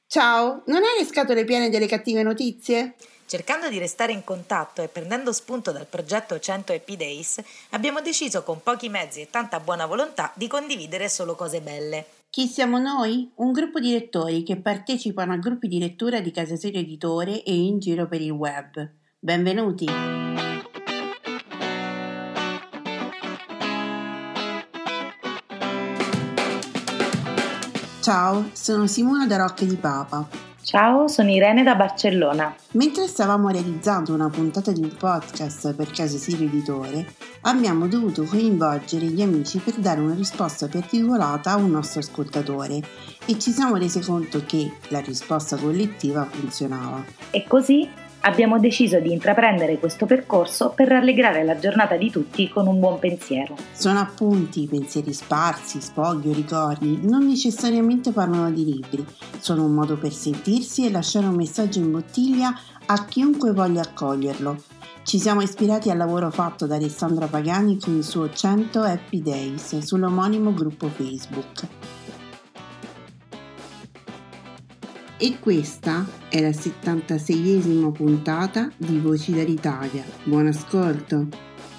Ciao, non hai le scatole piene delle cattive notizie? Cercando di restare in contatto e prendendo spunto dal progetto 100 Happy Days, abbiamo deciso con pochi mezzi e tanta buona volontà di condividere solo cose belle. Chi siamo noi? Un gruppo di lettori che partecipano a gruppi di lettura di Casa Serio Editore e in giro per il web. Benvenuti! Ciao, sono Simona da Rocche di Papa. Ciao, sono Irene da Barcellona. Mentre stavamo realizzando una puntata di un podcast per Casa Serio Editore, abbiamo dovuto coinvolgere gli amici per dare una risposta più articolata a un nostro ascoltatore e ci siamo resi conto che la risposta collettiva funzionava. E così abbiamo deciso di intraprendere questo percorso per rallegrare la giornata di tutti con un buon pensiero. Sono appunti, pensieri sparsi, sfoghi o ricordi, non necessariamente parlano di libri, sono un modo per sentirsi e lasciare un messaggio in bottiglia a chiunque voglia accoglierlo. Ci siamo ispirati al lavoro fatto da Alessandra Pagani con il suo 100 Happy Days sull'omonimo gruppo Facebook. E questa è la 76esima puntata di Voci dall'Italia. Buon ascolto!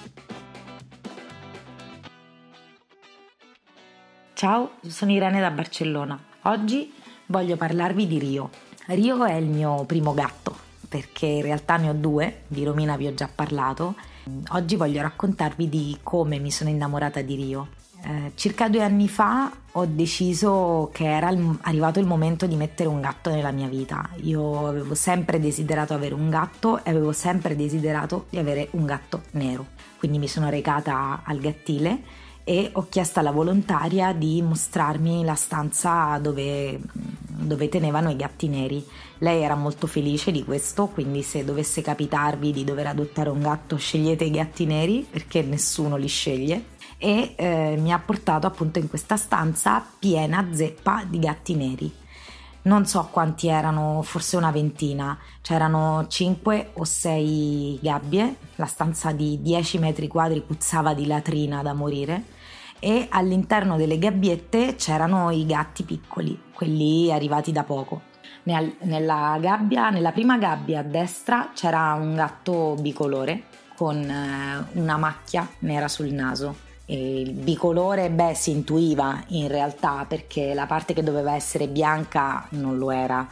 Ciao, sono Irene da Barcellona. Oggi voglio parlarvi di Rio. Rio è il mio primo gatto, perché in realtà ne ho due, di Romina vi ho già parlato. Oggi voglio raccontarvi di come mi sono innamorata di Rio. Circa 2 anni fa ho deciso che era arrivato il momento di mettere un gatto nella mia vita. Io avevo sempre desiderato avere un gatto e avevo sempre desiderato di avere un gatto nero. Quindi mi sono recata al gattile e ho chiesto alla volontaria di mostrarmi la stanza dove tenevano i gatti neri. Lei era molto felice di questo, quindi se dovesse capitarvi di dover adottare un gatto, scegliete i gatti neri perché nessuno li sceglie. E mi ha portato appunto in questa stanza piena zeppa di gatti neri. Non so quanti erano, forse una ventina, c'erano 5 o 6 gabbie, la stanza di 10 metri quadri puzzava di latrina da morire e all'interno delle gabbiette c'erano i gatti piccoli, quelli arrivati da poco. Nella prima gabbia a destra c'era un gatto bicolore con una macchia nera sul naso. E il bicolore, si intuiva in realtà perché la parte che doveva essere bianca non lo era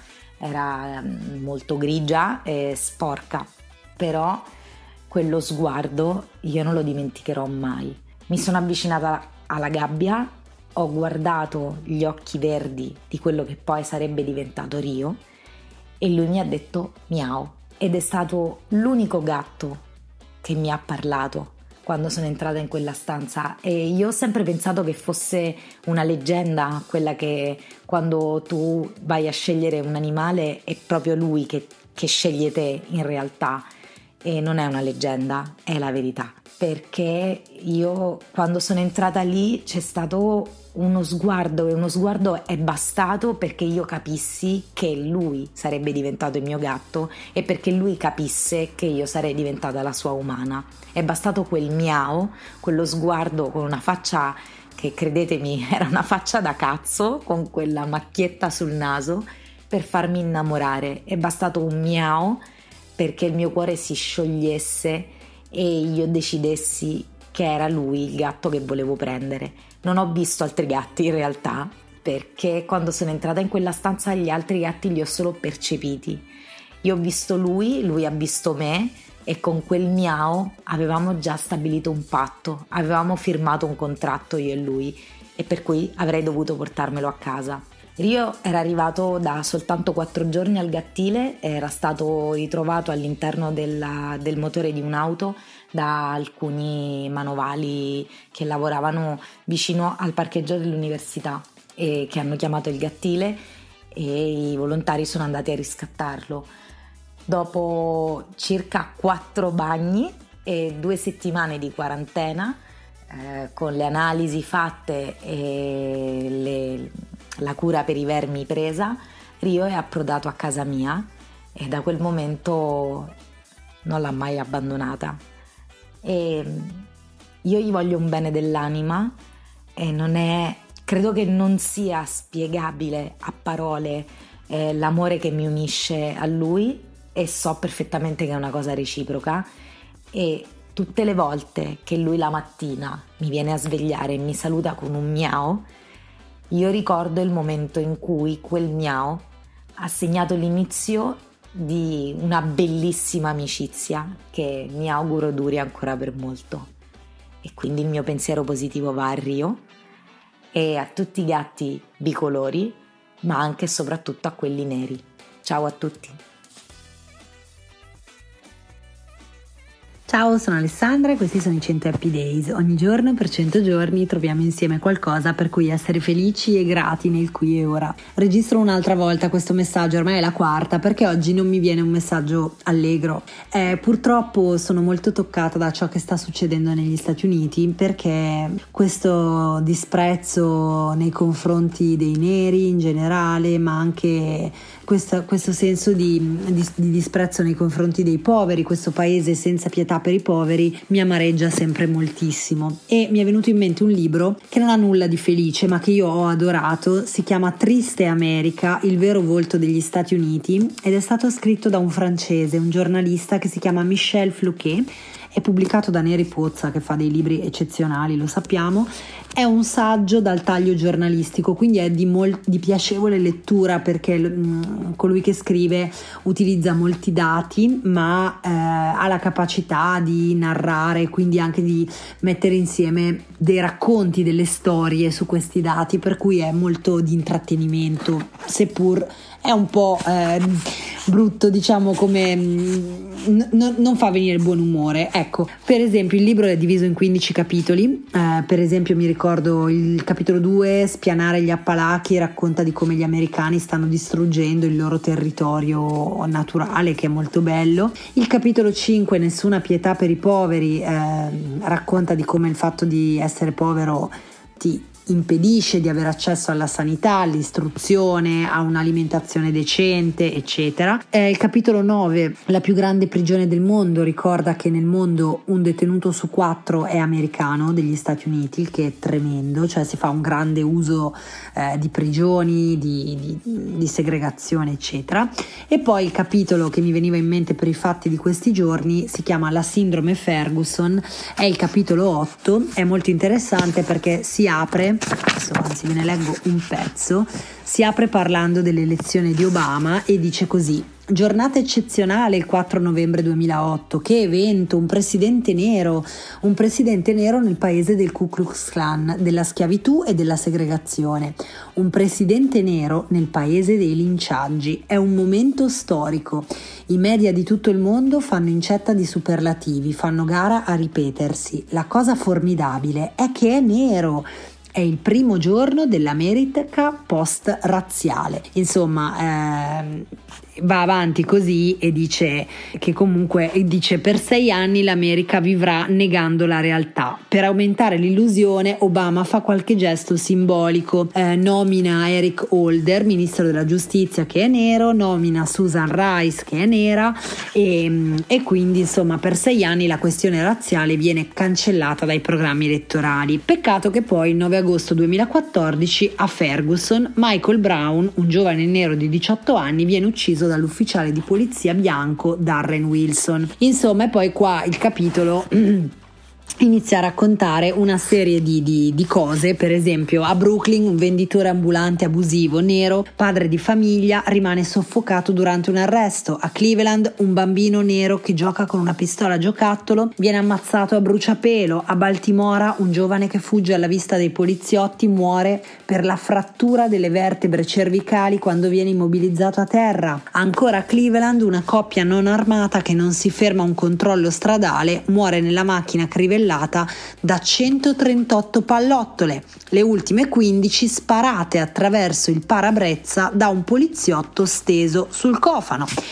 molto grigia e sporca, però quello sguardo io non lo dimenticherò mai. Mi sono avvicinata alla gabbia, ho guardato gli occhi verdi di quello che poi sarebbe diventato Rio e lui mi ha detto miau ed è stato l'unico gatto che mi ha parlato quando sono entrata in quella stanza e io ho sempre pensato che fosse una leggenda, quella che quando tu vai a scegliere un animale è proprio lui che sceglie te in realtà, e non è una leggenda, è la verità, perché io quando sono entrata lì c'è stato uno sguardo e uno sguardo è bastato perché io capissi che lui sarebbe diventato il mio gatto e perché lui capisse che io sarei diventata la sua umana. È bastato quel miau, quello sguardo con una faccia che, credetemi, era una faccia da cazzo, con quella macchietta sul naso, per farmi innamorare. È bastato un miau perché il mio cuore si sciogliesse e io decidessi che era lui il gatto che volevo prendere. Non ho visto altri gatti in realtà, perché quando sono entrata in quella stanza gli altri gatti li ho solo percepiti. Io ho visto lui ha visto me e con quel miau avevamo già stabilito un patto, avevamo firmato un contratto io e lui e per cui avrei dovuto portarmelo a casa. Rio era arrivato da soltanto 4 giorni al gattile, era stato ritrovato all'interno del motore di un'auto da alcuni manovali che lavoravano vicino al parcheggio dell'università e che hanno chiamato il gattile e i volontari sono andati a riscattarlo. Dopo circa 4 bagni e 2 settimane di quarantena, con le analisi fatte e la cura per i vermi presa, Rio è approdato a casa mia e da quel momento non l'ha mai abbandonata. E io gli voglio un bene dell'anima e credo che non sia spiegabile a parole è l'amore che mi unisce a lui e so perfettamente che è una cosa reciproca, e tutte le volte che lui la mattina mi viene a svegliare e mi saluta con un miau, io ricordo il momento in cui quel miau ha segnato l'inizio di una bellissima amicizia che mi auguro duri ancora per molto. E quindi il mio pensiero positivo va a Rio e a tutti i gatti bicolori, ma anche e soprattutto a quelli neri. Ciao a tutti! Ciao, sono Alessandra e questi sono i 100 Happy Days. Ogni giorno per 100 giorni troviamo insieme qualcosa per cui essere felici e grati nel qui e ora. Registro un'altra volta questo messaggio, ormai è la quarta, perché oggi non mi viene un messaggio allegro. Purtroppo sono molto toccata da ciò che sta succedendo negli Stati Uniti, perché questo disprezzo nei confronti dei neri in generale, ma anche questo senso di disprezzo nei confronti dei poveri, questo paese senza pietà per i poveri, mi amareggia sempre moltissimo. E mi è venuto in mente un libro che non ha nulla di felice ma che io ho adorato, si chiama Triste America, il vero volto degli Stati Uniti, ed è stato scritto da un francese, un giornalista che si chiama Michel Flouquet. È pubblicato da Neri Pozza, che fa dei libri eccezionali, lo sappiamo. È un saggio dal taglio giornalistico, quindi è di piacevole lettura, perché colui che scrive utilizza molti dati, ma ha la capacità di narrare, quindi anche di mettere insieme dei racconti, delle storie su questi dati, per cui è molto di intrattenimento, seppur è un po' brutto, diciamo, come non fa venire il buon umore. Ecco, per esempio il libro è diviso in 15 capitoli, per esempio mi ricordo il capitolo 2, Spianare gli Appalachi, racconta di come gli americani stanno distruggendo il loro territorio naturale, che è molto bello. Il capitolo 5, Nessuna pietà per i poveri, racconta di come il fatto di essere povero ti impedisce di avere accesso alla sanità, all'istruzione, a un'alimentazione decente, eccetera. Il capitolo 9, La più grande prigione del mondo, ricorda che nel mondo un detenuto su 4 è americano degli Stati Uniti, il che è tremendo, cioè si fa un grande uso di prigioni, di segregazione, eccetera. E poi il capitolo che mi veniva in mente per i fatti di questi giorni si chiama La sindrome Ferguson, è il capitolo 8, è molto interessante perché si apre, anzi ve ne leggo un pezzo, si apre parlando dell'elezione di Obama e dice così: giornata eccezionale il 4 novembre 2008, che evento, un presidente nero nel paese del Ku Klux Klan, della schiavitù e della segregazione, un presidente nero nel paese dei linciaggi, è un momento storico, i media di tutto il mondo fanno incetta di superlativi, fanno gara a ripetersi, la cosa formidabile è che è nero, è il primo giorno dell'America post-razziale. Insomma, va avanti così e dice che comunque per 6 anni l'America vivrà negando la realtà. Per aumentare l'illusione Obama fa qualche gesto simbolico, nomina Eric Holder, ministro della giustizia, che è nero, nomina Susan Rice, che è nera, e quindi insomma per 6 anni la questione razziale viene cancellata dai programmi elettorali. Peccato che poi il 9 agosto 2014 a Ferguson Michael Brown, un giovane nero di 18 anni, viene ucciso dall'ufficiale di polizia bianco Darren Wilson. Insomma, e poi qua il capitolo inizia a raccontare una serie di cose. Per esempio, a Brooklyn un venditore ambulante abusivo nero, padre di famiglia, rimane soffocato durante un arresto. A Cleveland un bambino nero che gioca con una pistola a giocattolo viene ammazzato a bruciapelo. A Baltimora un giovane che fugge alla vista dei poliziotti muore per la frattura delle vertebre cervicali quando viene immobilizzato a terra. Ancora a Cleveland una coppia non armata che non si ferma a un controllo stradale muore nella macchina crivellata da 138 pallottole, le ultime 15 sparate attraverso il parabrezza da un poliziotto steso sul cofano.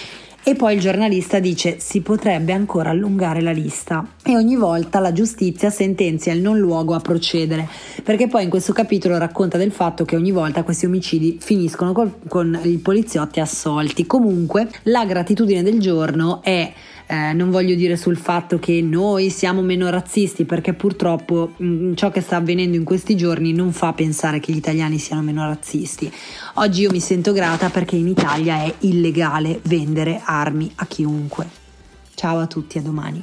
E poi il giornalista dice: si potrebbe ancora allungare la lista, e ogni volta la giustizia sentenzia il non luogo a procedere, perché poi in questo capitolo racconta del fatto che ogni volta questi omicidi finiscono con i poliziotti assolti. Comunque la gratitudine del giorno è non voglio dire sul fatto che noi siamo meno razzisti, perché purtroppo ciò che sta avvenendo in questi giorni non fa pensare che gli italiani siano meno razzisti. Oggi io mi sento grata perché in Italia è illegale vendere armi a chiunque. Ciao a tutti, a domani.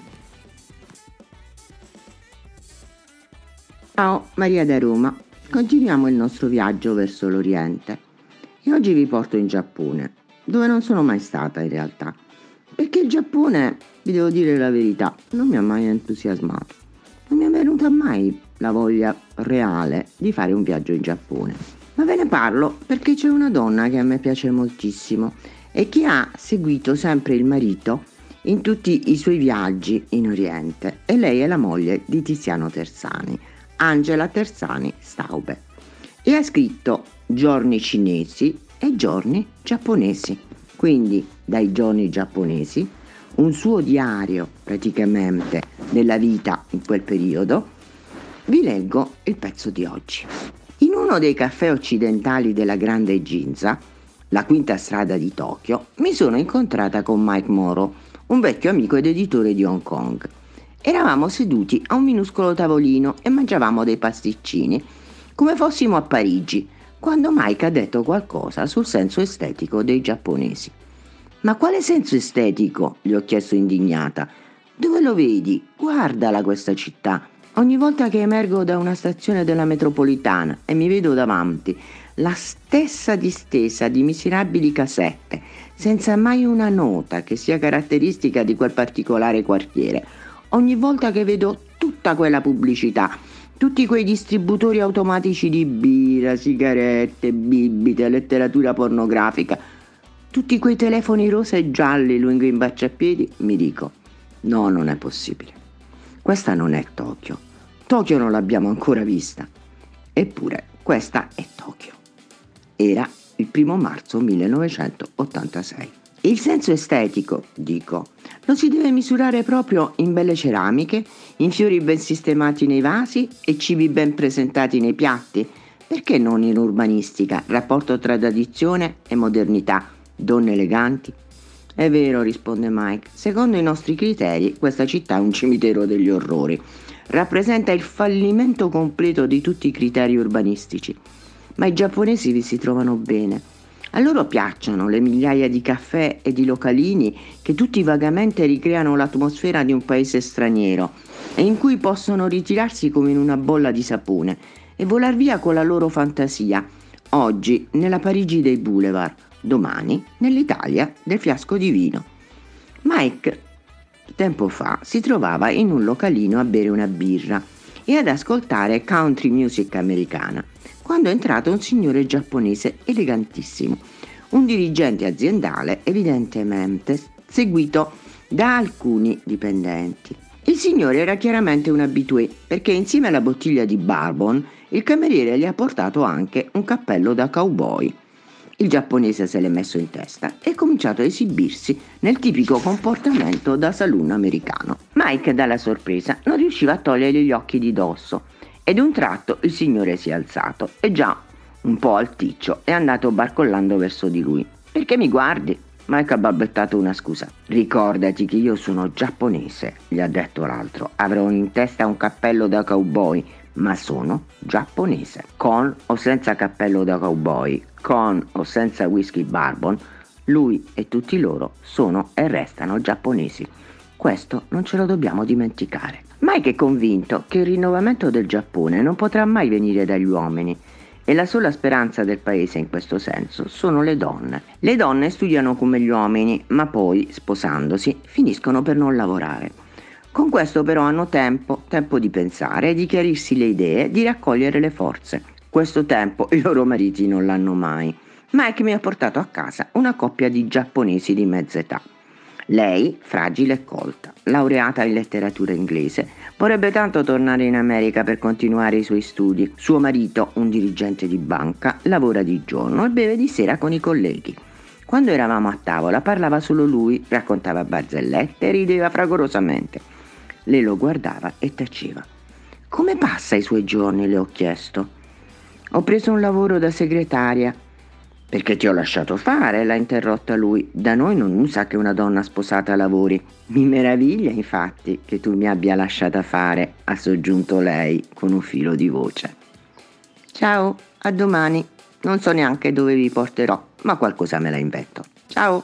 Ciao, Maria da Roma. Continuiamo il nostro viaggio verso l'Oriente e oggi vi porto in Giappone, dove non sono mai stata in realtà. Perché il Giappone, vi devo dire la verità, non mi ha mai entusiasmato. Non mi è venuta mai la voglia reale di fare un viaggio in Giappone. Ma ve ne parlo perché c'è una donna che a me piace moltissimo e che ha seguito sempre il marito in tutti i suoi viaggi in Oriente. E lei è la moglie di Tiziano Terzani, Angela Terzani Staube. E ha scritto Giorni cinesi e giorni giapponesi. Quindi dai giorni giapponesi, un suo diario praticamente della vita in quel periodo. Vi leggo il pezzo di oggi. In uno dei caffè occidentali della Grande Ginza, la quinta strada di Tokyo, mi sono incontrata con Mike Moro, un vecchio amico ed editore di Hong Kong. Eravamo seduti a un minuscolo tavolino e mangiavamo dei pasticcini, come fossimo a Parigi, quando Mike ha detto qualcosa sul senso estetico dei giapponesi. Ma quale senso estetico? Gli ho chiesto indignata. Dove lo vedi? Guardala questa città. Ogni volta che emergo da una stazione della metropolitana e mi vedo davanti la stessa distesa di miserabili casette, senza mai una nota che sia caratteristica di quel particolare quartiere. Ogni volta che vedo tutta quella pubblicità, tutti quei distributori automatici di birra, sigarette, bibite, letteratura pornografica, tutti quei telefoni rosa e gialli lungo i imbaciapiedi, mi dico: no, non è possibile. Questa non è Tokyo. Tokyo non l'abbiamo ancora vista. Eppure questa è Tokyo. Era il 1 marzo 1986. Il senso estetico, dico, lo si deve misurare proprio in belle ceramiche, in fiori ben sistemati nei vasi e cibi ben presentati nei piatti. Perché non in urbanistica, rapporto tra tradizione e modernità, donne eleganti? È vero, risponde Mike, secondo i nostri criteri questa città è un cimitero degli orrori. Rappresenta il fallimento completo di tutti i criteri urbanistici. Ma i giapponesi vi si trovano bene. A loro piacciono le migliaia di caffè e di localini che tutti vagamente ricreano l'atmosfera di un paese straniero e in cui possono ritirarsi come in una bolla di sapone e volar via con la loro fantasia, oggi nella Parigi dei boulevard, domani nell'Italia del fiasco di vino. Mike tempo fa si trovava in un localino a bere una birra e ad ascoltare country music americana, quando è entrato un signore giapponese elegantissimo, un dirigente aziendale evidentemente seguito da alcuni dipendenti. Il signore era chiaramente un habitué, perché insieme alla bottiglia di bourbon il cameriere gli ha portato anche un cappello da cowboy. Il giapponese se l'è messo in testa e ha cominciato a esibirsi nel tipico comportamento da saloon americano. Mike, dalla sorpresa, non riusciva a togliere gli occhi di dosso ed un tratto il signore si è alzato e già un po' alticcio è andato barcollando verso di lui. «Perché mi guardi?» Mike ha balbettato una scusa. «Ricordati che io sono giapponese», gli ha detto l'altro. «Avrò in testa un cappello da cowboy, ma sono giapponese. Con o senza cappello da cowboy, con o senza whisky bourbon, lui e tutti loro sono e restano giapponesi. Questo non ce lo dobbiamo dimenticare». Mike è convinto che il rinnovamento del Giappone non potrà mai venire dagli uomini e la sola speranza del paese in questo senso sono le donne. Le donne studiano come gli uomini, ma poi, sposandosi, finiscono per non lavorare. Con questo però hanno tempo di pensare, di chiarirsi le idee, di raccogliere le forze. Questo tempo i loro mariti non l'hanno mai. Mike mi ha portato a casa una coppia di giapponesi di mezza età. Lei, fragile e colta, laureata in letteratura inglese, vorrebbe tanto tornare in America per continuare i suoi studi. Suo marito, un dirigente di banca, lavora di giorno e beve di sera con i colleghi. Quando eravamo a tavola parlava solo lui, raccontava barzellette e rideva fragorosamente. Lei lo guardava e taceva. «Come passa i suoi giorni?» le ho chiesto. «Ho preso un lavoro da segretaria». «Perché ti ho lasciato fare?» l'ha interrotta lui. «Da noi non usa che una donna sposata lavori». «Mi meraviglia infatti che tu mi abbia lasciata fare», ha soggiunto lei con un filo di voce. «Ciao, a domani. Non so neanche dove vi porterò, ma qualcosa me la invento. Ciao!»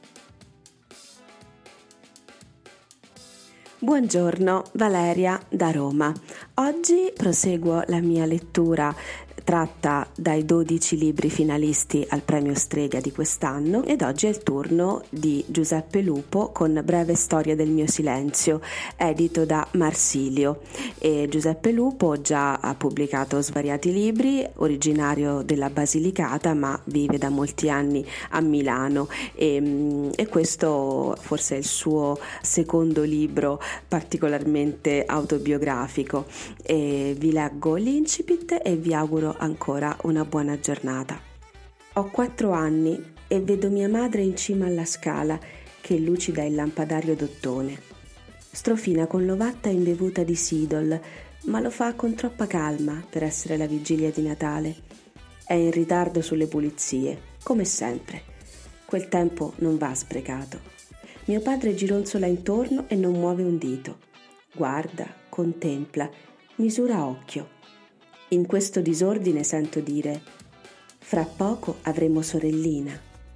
Buongiorno, Valeria da Roma. Oggi proseguo la mia lettura tratta dai 12 libri finalisti al premio Strega di quest'anno ed oggi è il turno di Giuseppe Lupo con Breve storia del mio silenzio, edito da Marsilio. E Giuseppe Lupo già ha pubblicato svariati libri, originario della Basilicata ma vive da molti anni a Milano e questo forse è il suo secondo libro particolarmente autobiografico. E vi leggo l'incipit e vi auguro ancora una buona giornata. Ho 4 anni e vedo mia madre in cima alla scala che lucida il lampadario d'ottone. Strofina con l'ovatta imbevuta di Sidol, ma lo fa con troppa calma per essere la vigilia di Natale. È in ritardo sulle pulizie, come sempre. Quel tempo non va sprecato. Mio padre gironzola intorno e non muove un dito. Guarda, contempla, misura a occhio. In questo disordine sento dire: «Fra poco avremo sorellina».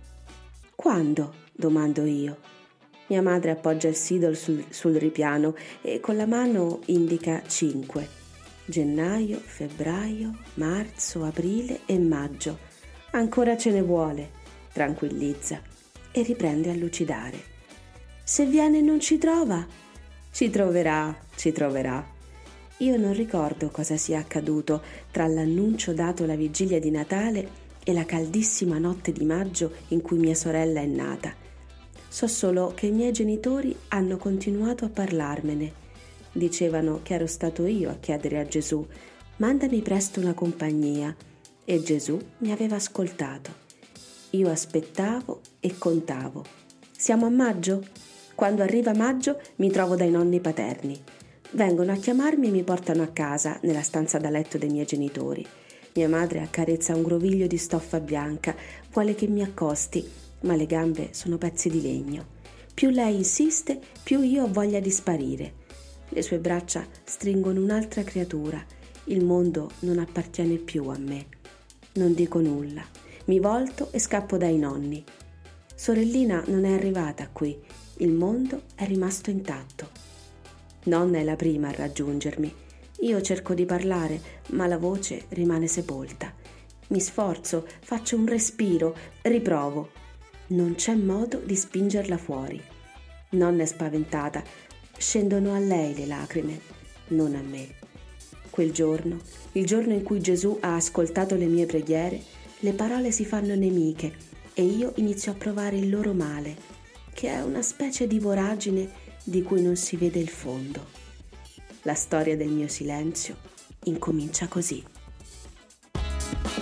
«Quando?» domando io. Mia madre appoggia il Sidol sul ripiano e con la mano indica 5. Gennaio, febbraio, marzo, aprile e maggio. Ancora ce ne vuole, tranquillizza e riprende a lucidare. «Se viene e non ci trova?» «Ci troverà, ci troverà». Io non ricordo cosa sia accaduto tra l'annuncio dato la vigilia di Natale e la caldissima notte di maggio in cui mia sorella è nata. So solo che i miei genitori hanno continuato a parlarmene. Dicevano che ero stato io a chiedere a Gesù: «Mandami presto una compagnia», e Gesù mi aveva ascoltato. Io aspettavo e contavo. Siamo a maggio? Quando arriva maggio mi trovo dai nonni paterni. Vengono a chiamarmi e mi portano a casa, nella stanza da letto dei miei genitori. Mia madre accarezza un groviglio di stoffa bianca, vuole che mi accosti, ma le gambe sono pezzi di legno. Più lei insiste, più io ho voglia di sparire. Le sue braccia stringono un'altra creatura. Il mondo non appartiene più a me. Non dico nulla. Mi volto e scappo dai nonni. Sorellina non è arrivata qui. Il mondo è rimasto intatto. Nonna è la prima a raggiungermi. Io cerco di parlare, ma la voce rimane sepolta. Mi sforzo, faccio un respiro, riprovo. Non c'è modo di spingerla fuori. Nonna è spaventata. Scendono a lei le lacrime, non a me. Quel giorno, il giorno in cui Gesù ha ascoltato le mie preghiere, le parole si fanno nemiche e io inizio a provare il loro male, che è una specie di voragine di cui non si vede il fondo. La storia del mio silenzio incomincia così.